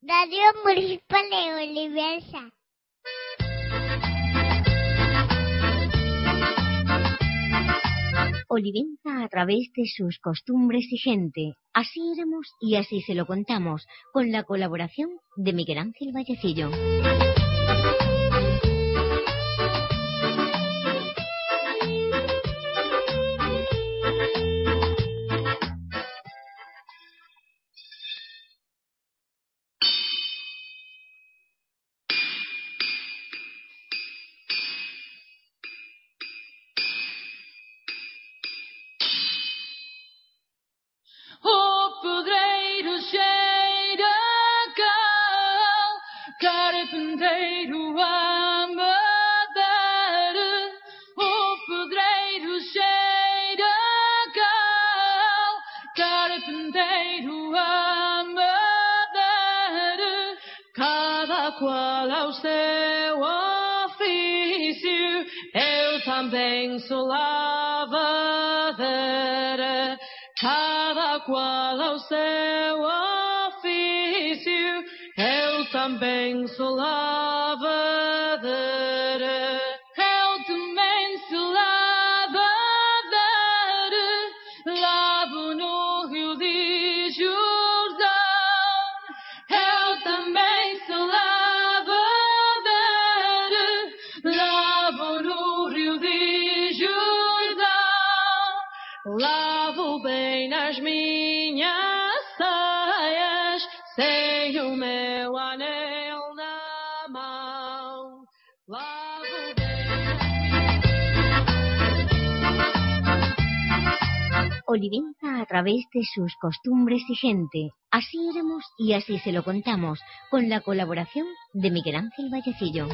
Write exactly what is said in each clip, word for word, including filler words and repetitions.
Radio Municipal de Olivenza. Olivenza a través de sus costumbres y gente. Así éramos y así se lo contamos, con la colaboración de Miguel Ángel Vallecillo. Também sou lavadeira, cada qual ao seu ofício. Eu também sou lavadeira, eu também sou lavadeira. Lavo no Rio de Jordão. Eu também sou lavadeira, lavo no Rio de Lavo bem nas minhas saias, sem o meu anel na mão. Lavo bem nas... Olivenza a través de sus costumbres y gente. Así éramos y así se lo contamos, con la colaboración de Miguel Ángel Vallecillo.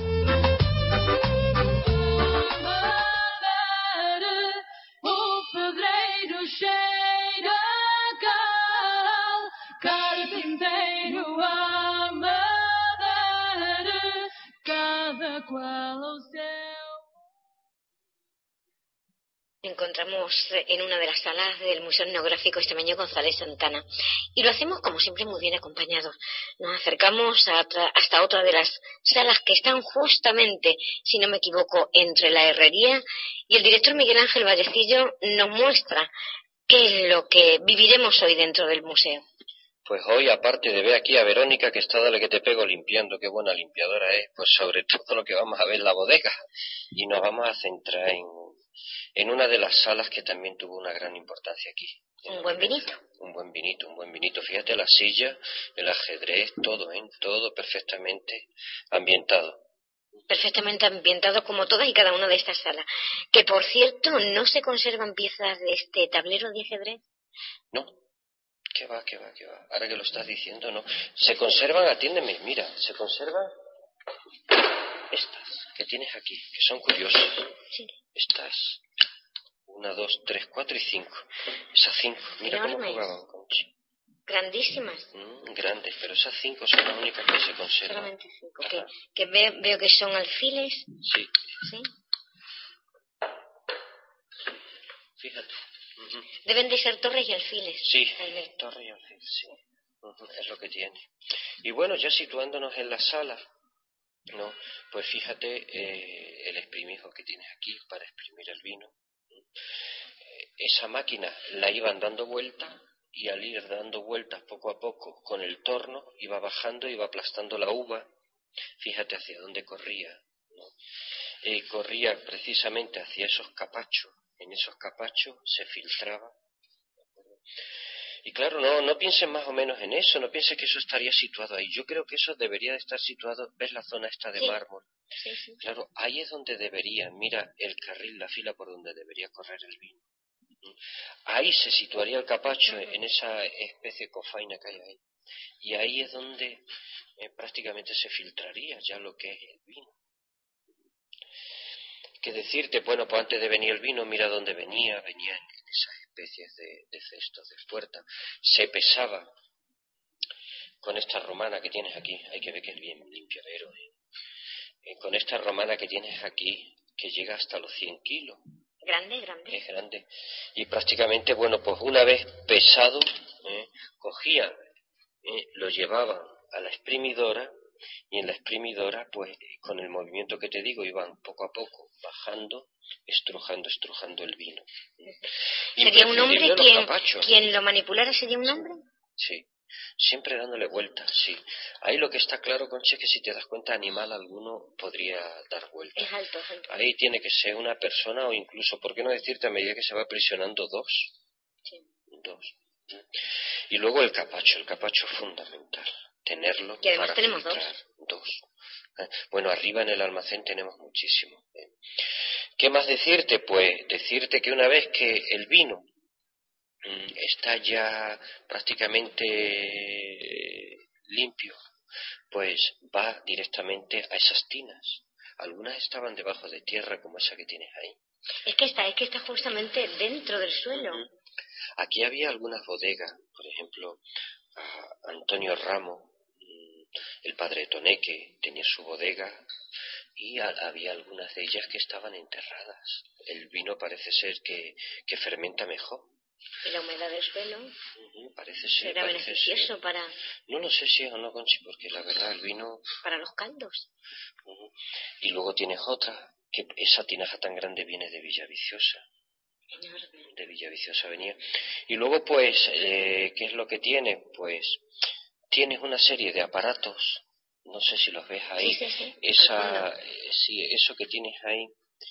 Encontramos en una de las salas del Museo Etnográfico Extremeño González Santana y lo hacemos como siempre muy bien acompañados. Nos acercamos a otra, hasta otra de las salas que están justamente, si no me equivoco, entre la herrería, y el director Miguel Ángel Vallecillo nos muestra qué es lo que viviremos hoy dentro del museo. Pues hoy, aparte de ver aquí a Verónica, que está dale que te pego limpiando, qué buena limpiadora es, pues sobre todo lo que vamos a ver la bodega. Y nos vamos a centrar en, en una de las salas que también tuvo una gran importancia aquí. Un buen vinito. Un buen vinito, un buen vinito. Fíjate la silla, el ajedrez, todo, ¿eh? Todo perfectamente ambientado. Perfectamente ambientado como todas y cada una de estas salas. Que, por cierto, ¿no se conservan piezas de este tablero de ajedrez? No. ¿Qué va, qué va, qué va? Ahora que lo estás diciendo, no. Se conservan, atiéndeme, mira, se conservan estas que tienes aquí, que son curiosas. Sí. Estas. Una, dos, tres, cuatro y cinco. Esas cinco, mira cómo jugaban, Conchi. Grandísimas. Mm, grandes, pero esas cinco son las únicas que se conservan. Solamente cinco. Que, que ve, veo que son alfiles. Sí. Sí. Fíjate. Uh-huh. Deben de ser torres y alfiles. Sí, torres y alfiles, sí. Uh-huh. Es lo que tiene. Y bueno, ya situándonos en la sala, ¿no? Pues fíjate eh, el exprimijo que tienes aquí para exprimir el vino. Eh, esa máquina la iban dando vueltas y al ir dando vueltas poco a poco con el torno iba bajando, iba aplastando la uva. Fíjate hacia dónde corría, ¿no? Eh, corría precisamente hacia esos capachos. En esos capachos se filtraba. Y claro, no, no piensen más o menos en eso, no piensen que eso estaría situado ahí. Yo creo que eso debería de estar situado, ¿ves la zona esta de sí. mármol? Sí, sí. Claro, ahí es donde debería, mira el carril, la fila por donde debería correr el vino. Ahí se situaría el capacho, uh-huh. en esa especie de cofaina que hay ahí. Y ahí es donde eh, prácticamente se filtraría ya lo que es el vino. Que decirte, bueno, pues antes de venir el vino, mira dónde venía, venía en, en esas especies de, de cestos de puerta, se pesaba con esta romana que tienes aquí, hay que ver que es bien limpio, pero eh, eh, con esta romana que tienes aquí, que llega hasta los cien kilos. Grande, grande. Es grande. Y prácticamente, bueno, pues una vez pesado, eh, cogían, eh, lo llevaban a la exprimidora, y en la exprimidora, pues con el movimiento que te digo, iban poco a poco bajando, estrujando, estrujando el vino. ¿Sería un hombre Imprescindible los quien, capachos. quien lo manipulara? ¿Sería un hombre? Sí, siempre dándole vueltas, sí. Ahí lo que está claro, Concha, es que si te das cuenta, animal alguno podría dar vueltas. Es alto, es alto. Ahí tiene que ser una persona, o incluso, ¿por qué no decirte, a medida que se va aprisionando, dos? Sí. Dos. Y luego el capacho, el capacho es fundamental, tenerlo Y además para tenemos filtrar. Dos. Eh, Bueno, arriba en el almacén tenemos muchísimo. ¿eh? ¿Qué más decirte? Pues decirte que una vez que el vino mm, está ya prácticamente eh, limpio, pues va directamente a esas tinas. Algunas estaban debajo de tierra, como esa que tienes ahí. Es que está, es que está justamente dentro del suelo. Aquí había algunas bodegas, por ejemplo, a Antonio Ramos, mm, el padre de Toneque, tenía su bodega y a- había algunas de ellas que estaban enterradas. El vino parece ser que, que fermenta mejor. Y la humedad del suelo Ujú, parece ser, será parece beneficioso ser. para, No lo sé si es o no, Conchi, porque la verdad el vino... para los caldos. ujú. Y luego tienes otra, que esa tinaja tan grande viene de Villaviciosa. De Villaviciosa venía. Y luego, pues, eh, ¿qué es lo que tiene? Pues, tienes una serie de aparatos, no sé si los ves ahí, Sí, sí, sí, esa, al fondo. eh, sí, eso que tienes ahí,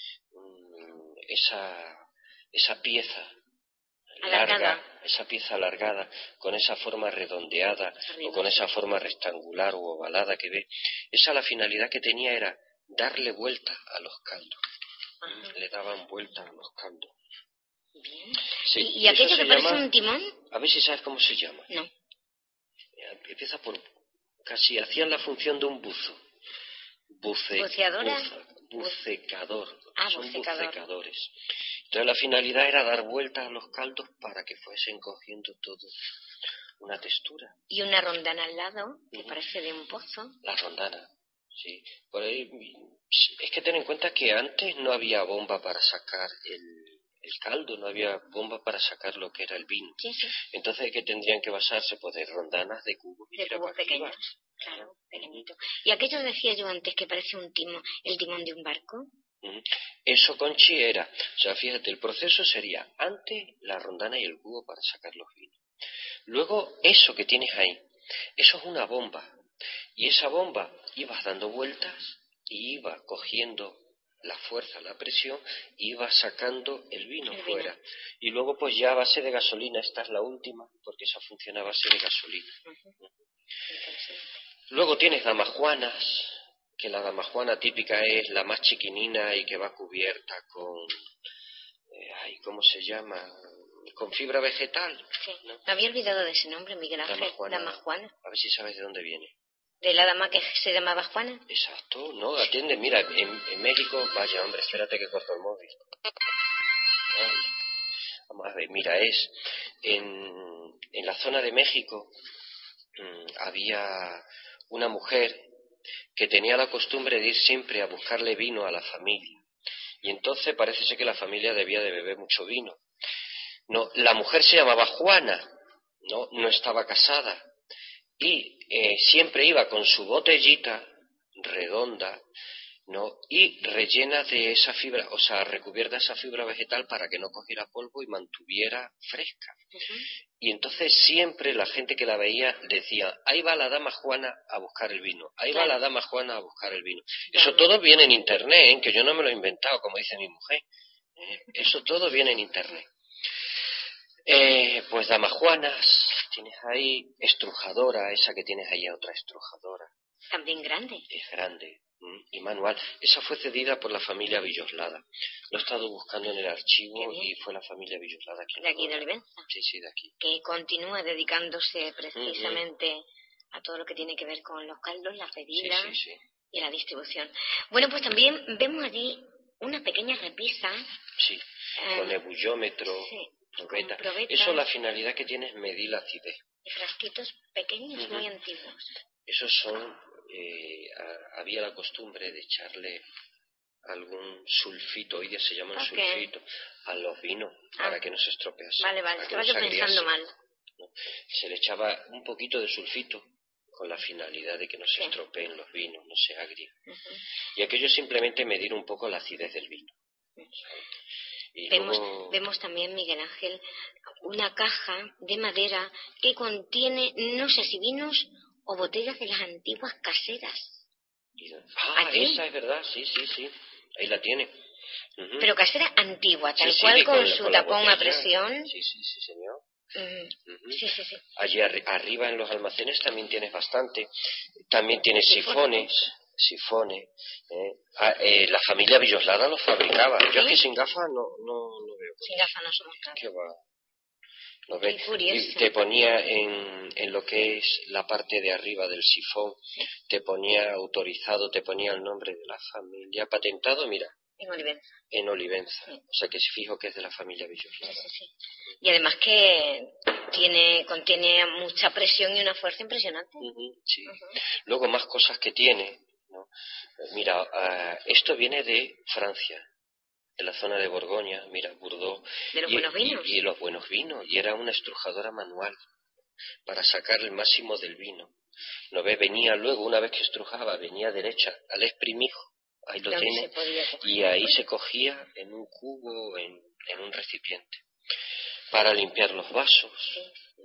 mm, esa, esa pieza Alargada. larga, esa pieza alargada, con esa forma redondeada, Arriba, o con sí. esa forma rectangular o ovalada que ves, esa la finalidad que tenía era darle vuelta a los caldos. Ajá. Le daban vuelta a los caldos. Bien. Sí, ¿Y, y eso aquello se que parece llama- un timón? A ver si sabes cómo se llama. No. Empieza por... Casi hacían la función de un buzo. Buce, ¿Buceadora? buza- bucecador. Ah, Son bucecador. bucecadores. Entonces la finalidad era dar vueltas a los caldos para que fuesen cogiendo todo una textura. Y una rondana al lado, que Ujú. parece de un pozo. La rondana. Sí. Por ahí... Es que ten en cuenta que antes no había bomba para sacar el, el caldo, no había bomba para sacar lo que era el vino. Sí, sí. Entonces, ¿qué tendrían que basarse? Pues de rondanas de cubos y De tirar cubos para arriba. pequeños. Claro, pequeñito. Y aquello decía yo antes que parece un timón, el timón de un barco. Ujú. Eso, Conchi, era, o sea, fíjate, el proceso sería antes la rondana y el cubo para sacar los vinos. Luego, eso que tienes ahí, eso es una bomba. Y esa bomba ibas dando vueltas y iba cogiendo la fuerza, la presión, y iba sacando el vino El vino. fuera. Y luego, pues ya a base de gasolina, esta es la última, porque esa funciona a base de gasolina. Interesante. Luego tienes damajuanas, que la damajuana típica es la más chiquinina y que va cubierta con, eh, ay, ¿cómo se llama? Con fibra vegetal. Sí. ¿no? Me había olvidado de ese nombre, Miguel Ángel. Damajuana. Dama Juana. A ver si sabes de dónde viene. De la dama que se llamaba Juana. Exacto, no, atiende, mira, en, en México, vaya hombre, espérate que corto el móvil. Ay, vamos a ver, mira, es en, en la zona de México mmm, había una mujer que tenía la costumbre de ir siempre a buscarle vino a la familia. Y entonces parece ser que la familia debía de beber mucho vino. No, la mujer se llamaba Juana, no, no estaba casada. Y eh, siempre iba con su botellita redonda, ¿no? Y rellena de esa fibra, o sea, recubierta esa fibra vegetal para que no cogiera polvo y mantuviera fresca. Uh-huh. Y entonces siempre la gente que la veía decía, ahí va la dama Juana a buscar el vino, ahí Claro. va la dama Juana a buscar el vino. Claro. Eso todo viene en internet, ¿eh? Que yo no me lo he inventado, como dice mi mujer. ¿eh? Eso todo viene en internet. Eh, pues damajuanas, tienes ahí, estrujadora, esa que tienes ahí, otra estrujadora. También grande. Es grande ¿m? Y manual. Esa fue cedida por la familia Villoslada. Lo he estado buscando en el archivo y fue la familia Villoslada quien De aquí lo- de Olivenza. Sí, sí, de aquí. Que continúa dedicándose precisamente uh-huh. a todo lo que tiene que ver con los caldos, las bebidas sí, sí, sí. y la distribución. Bueno, pues también vemos allí una pequeña repisa. Sí, eh, con ebullómetro, sí, probeta. con probeta. Eso la finalidad que tiene es medir la acidez. Y frasquitos pequeños, Uh-huh. muy antiguos. Esos son, eh, a, había la costumbre de echarle algún sulfito, hoy día se llaman Okay. sulfito, a los vinos, Ah. para que no se estropeasen. Vale, vale, para que estaba no yo se pensando agriasen. mal. ¿no? Se le echaba un poquito de sulfito con la finalidad de que no se Sí. estropeen los vinos, no se agríen. Ujú. Y aquello es simplemente medir un poco la acidez del vino. Y Vemos, luego, vemos también, Miguel Ángel, una caja de madera que contiene, no sé si vinos o botellas de las antiguas caseras. y- ah, ¿Aquí? esa es verdad, sí, sí, sí, ahí la tiene. Ujú. Pero casera antigua, tal Sí, sí, cual de- con, la- su con la tapón a botella. presión. Sí, sí, sí, señor. Ujú. Ujú. Sí, sí, sí. Allí arri- arriba en los almacenes también tienes bastante. También tienes Sifones. sifones, sifones. ¿eh? Ah, eh, la familia Villoslada los fabricaba. Yo es que sin gafas no, no, no veo. Sin gafas no somos nada. ¿Qué va? ¿No Qué ves? curioso. Y te ponía en, en lo que es la parte de arriba del sifón, te ponía autorizado, te ponía el nombre de la familia, patentado, mira, En Olivenza. en Olivenza. Sí. O sea que es fijo que es de la familia Sí, Villoslada. sí, sí. Y además que tiene, contiene mucha presión y una fuerza impresionante. Ujú, sí. Ujú. Luego más cosas que tiene, ¿no? Eh, Mira, ah, esto viene de Francia, de la zona de Borgoña, mira, Bordeaux. De los y, buenos vinos. Y, y los buenos vinos, y era una estrujadora manual para sacar el máximo del vino. ¿No ves? Venía luego, una vez que estrujaba, venía derecha al exprimijo, ahí lo Donde tiene, se podía coger. y ahí se cogía en un cubo o en, en un recipiente, para limpiar los vasos,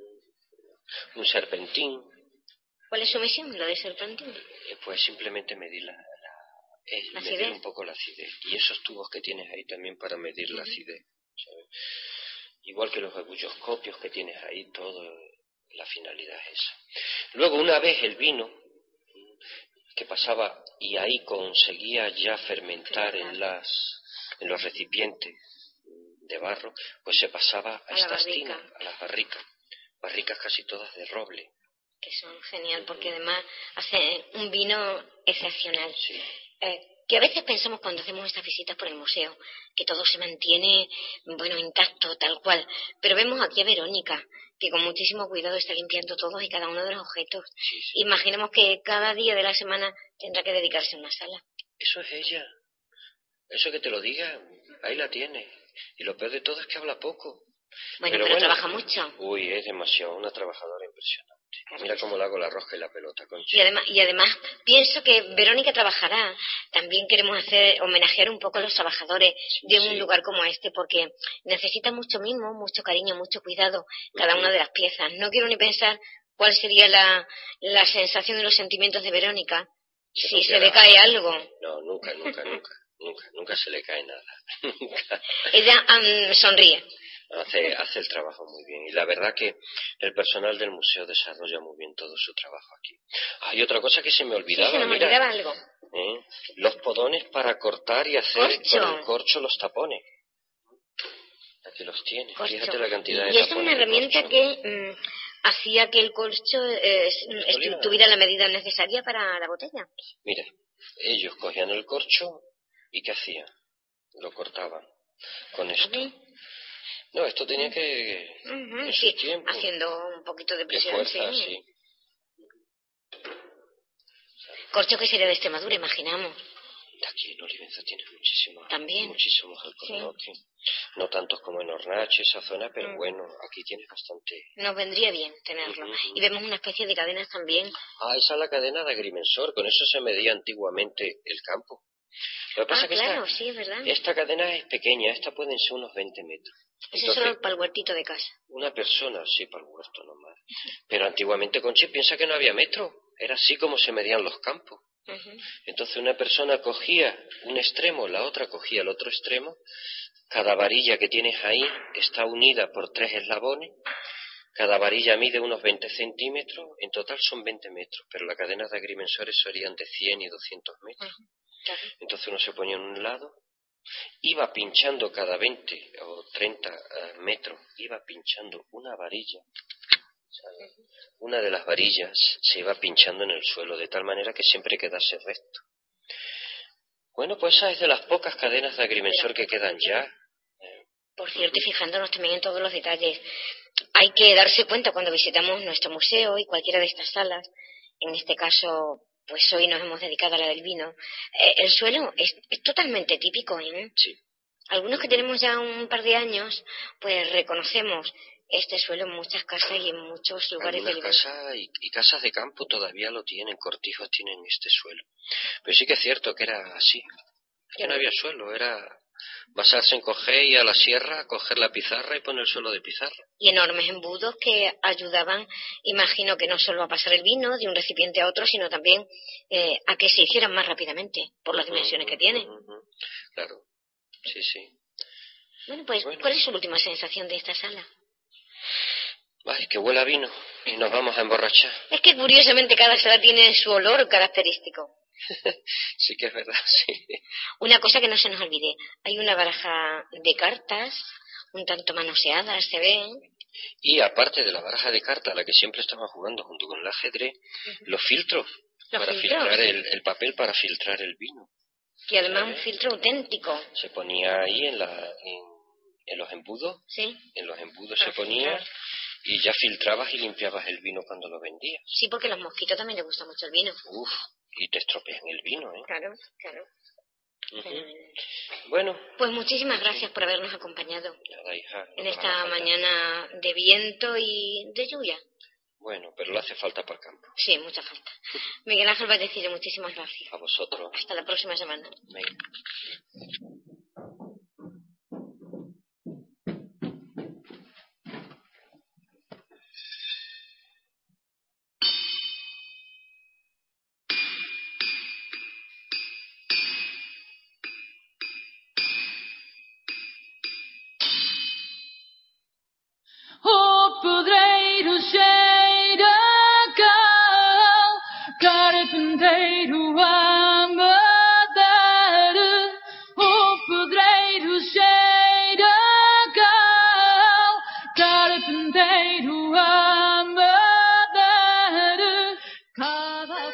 un serpentín. ¿Cuál es su misión? Lo de serpentín. Eh, pues simplemente medir la, la- eh, ¿La medir acidez? un poco la acidez, y esos tubos que tienes ahí también para medir la Ujú. acidez, ¿sabes? Igual que los agulloscopios que tienes ahí, todo, la finalidad es esa. Luego, una vez el vino que pasaba y ahí conseguía ya fermentar en las en los recipientes de barro, pues se pasaba a, A la estas barrica. tinas, a las barricas, barricas casi todas de roble. Que son genial porque además hacen un vino excepcional. Sí. Eh, que a veces pensamos cuando hacemos estas visitas por el museo que todo se mantiene, bueno, intacto, tal cual. Pero vemos aquí a Verónica, que con muchísimo cuidado está limpiando todos y cada uno de los objetos. Sí, sí. Imaginemos que cada día de la semana tendrá que dedicarse a una sala. Eso es ella. Eso que te lo diga, ahí la tiene. Y lo peor de todo es que habla poco. Bueno, Pero pero, bueno. trabaja mucho. Uy, es demasiado, una trabajadora impresionante. Mira cómo le hago la rosca y la pelota, Conchi. Y además, y además pienso que Verónica trabajará. También queremos hacer homenajear un poco a los trabajadores de un Sí. lugar como este, porque necesita mucho mimo, mucho cariño, mucho cuidado cada Ujú. una de las piezas. No quiero ni pensar cuál sería la, la sensación y los sentimientos de Verónica Se si se rompiera. le cae algo. No, nunca, nunca, nunca, nunca, nunca se le cae nada. Nunca. Ella am, sonríe. Hace, hace el trabajo muy bien. Y la verdad que el personal del museo desarrolla muy bien todo su trabajo aquí. Hay otra cosa que se me Sí, olvidaba, se nos mira. olvidaba algo. ¿eh? Los podones para cortar y hacer Corcho. con el corcho los tapones. Aquí los tiene. Corcho. Fíjate la cantidad de Y esa es tapones una de herramienta corcho. que mm, hacía que el corcho eh, estu- Oliva. tuviera la medida necesaria para la botella. Mira, ellos cogían el corcho y ¿qué hacían? Lo cortaban con esto. ¿Vale? No, esto tenía que... Ujú, en sí, su tiempo. haciendo un poquito de De presión. fuerza, sí. sí. Corcho que sería de Extremadura, imaginamos. De aquí en Olivenza tienes muchísimos, También. muchísimos alcornoques. No tantos como en Hornache, esa zona, pero Mm. bueno, aquí tienes bastante. Nos vendría bien tenerlo. Ujú, ujú. Y vemos una especie de cadenas también. Ah, esa es la cadena de agrimensor, con eso se medía antiguamente el campo. Lo que pasa Ah, es que claro, esta, sí, es verdad. esta cadena es pequeña, esta pueden ser unos veinte metros. Eso es Entonces, solo para el huertito de casa. una persona, sí, para el huerto nomás. Pero antiguamente, Conchi, piensa que no había metro. Era así como se medían los campos. Ujú. Entonces una persona cogía un extremo, la otra cogía el otro extremo. Cada varilla que tienes ahí está unida por tres eslabones. Cada varilla mide unos veinte centímetros. En total son veinte metros, pero las cadenas de agrimensores serían de cien y doscientos metros. Claro. Entonces uno se ponía en un lado, iba pinchando cada veinte o treinta eh, metros, iba pinchando una varilla. ¿Sabes? Una de las varillas se iba pinchando en el suelo, de tal manera que siempre quedase recto. Bueno, pues esa es de las pocas cadenas de agrimensor que quedan ya. Por cierto, y fijándonos también en todos los detalles, hay que darse cuenta cuando visitamos nuestro museo y cualquiera de estas salas, en este caso, pues hoy nos hemos dedicado a la del vino, eh, el suelo es, es totalmente típico, ¿eh? Sí. Algunos que tenemos ya un par de años, pues reconocemos este suelo en muchas casas y en muchos lugares de Algunas casas y, y casas de campo todavía lo tienen, cortijos tienen este suelo. Pero sí que es cierto que era así, que no había suelo, era basarse en coger y a la sierra, coger la pizarra y poner el suelo de pizarra. Y enormes embudos que ayudaban, imagino que no solo a pasar el vino de un recipiente a otro, sino también eh, a que se hicieran más rápidamente, por las dimensiones que tienen. Claro, sí, sí. Bueno, pues, Bueno. ¿cuál es su última sensación de esta sala? Ay, que huele a vino y nos vamos a emborrachar. Es que curiosamente cada sala tiene su olor característico. Sí que es verdad, sí. Una cosa que no se nos olvide, hay una baraja de cartas, un tanto manoseadas, se ven. Y aparte de la baraja de cartas, a la que siempre estamos jugando junto con el ajedrez, uh-huh. los filtros, los para filtros. filtrar el, el papel para filtrar el vino. Y además un filtro auténtico. Se ponía ahí en, la, en, en los embudos, sí. en los embudos para se ponía filtrar. Y ya filtrabas y limpiabas el vino cuando lo vendías. Sí, porque a los mosquitos también les gusta mucho el vino. Uf, y te estropean el vino, ¿eh? Claro, claro. Uh-huh. Bueno. Pues muchísimas gracias por habernos acompañado Nada, hija, no en esta mañana de viento y de lluvia. Bueno, pero le hace falta para el campo. Sí, mucha falta. Miguel Ángel Vallecillo, muchísimas gracias. A vosotros. Hasta la próxima semana. Venga. O pedreiro cheira cal, carpinteiro a madeira. O pedreiro cheira cal, carpinteiro a madeira. Cada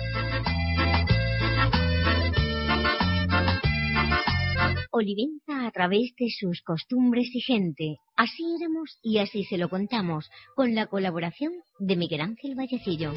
Olivenza a través de sus costumbres y gente. Así éramos y así se lo contamos, con la colaboración de Miguel Ángel Vallecillo.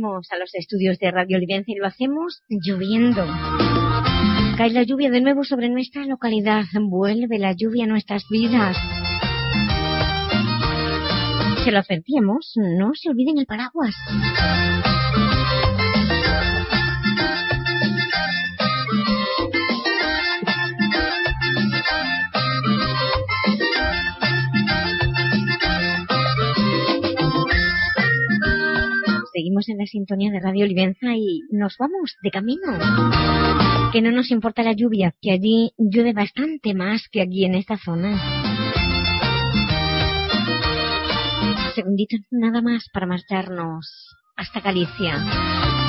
volvemos a los estudios de Radio Olivenza y lo hacemos lloviendo. Cae la lluvia de nuevo sobre nuestra localidad. Vuelve la lluvia a nuestras vidas. Se lo advertíamos, no se olviden el paraguas. Seguimos en la sintonía de Radio Olivenza y nos vamos de camino. Que no nos importa la lluvia, que allí llueve bastante más que aquí en esta zona. Segunditos nada más para marcharnos hasta Galicia.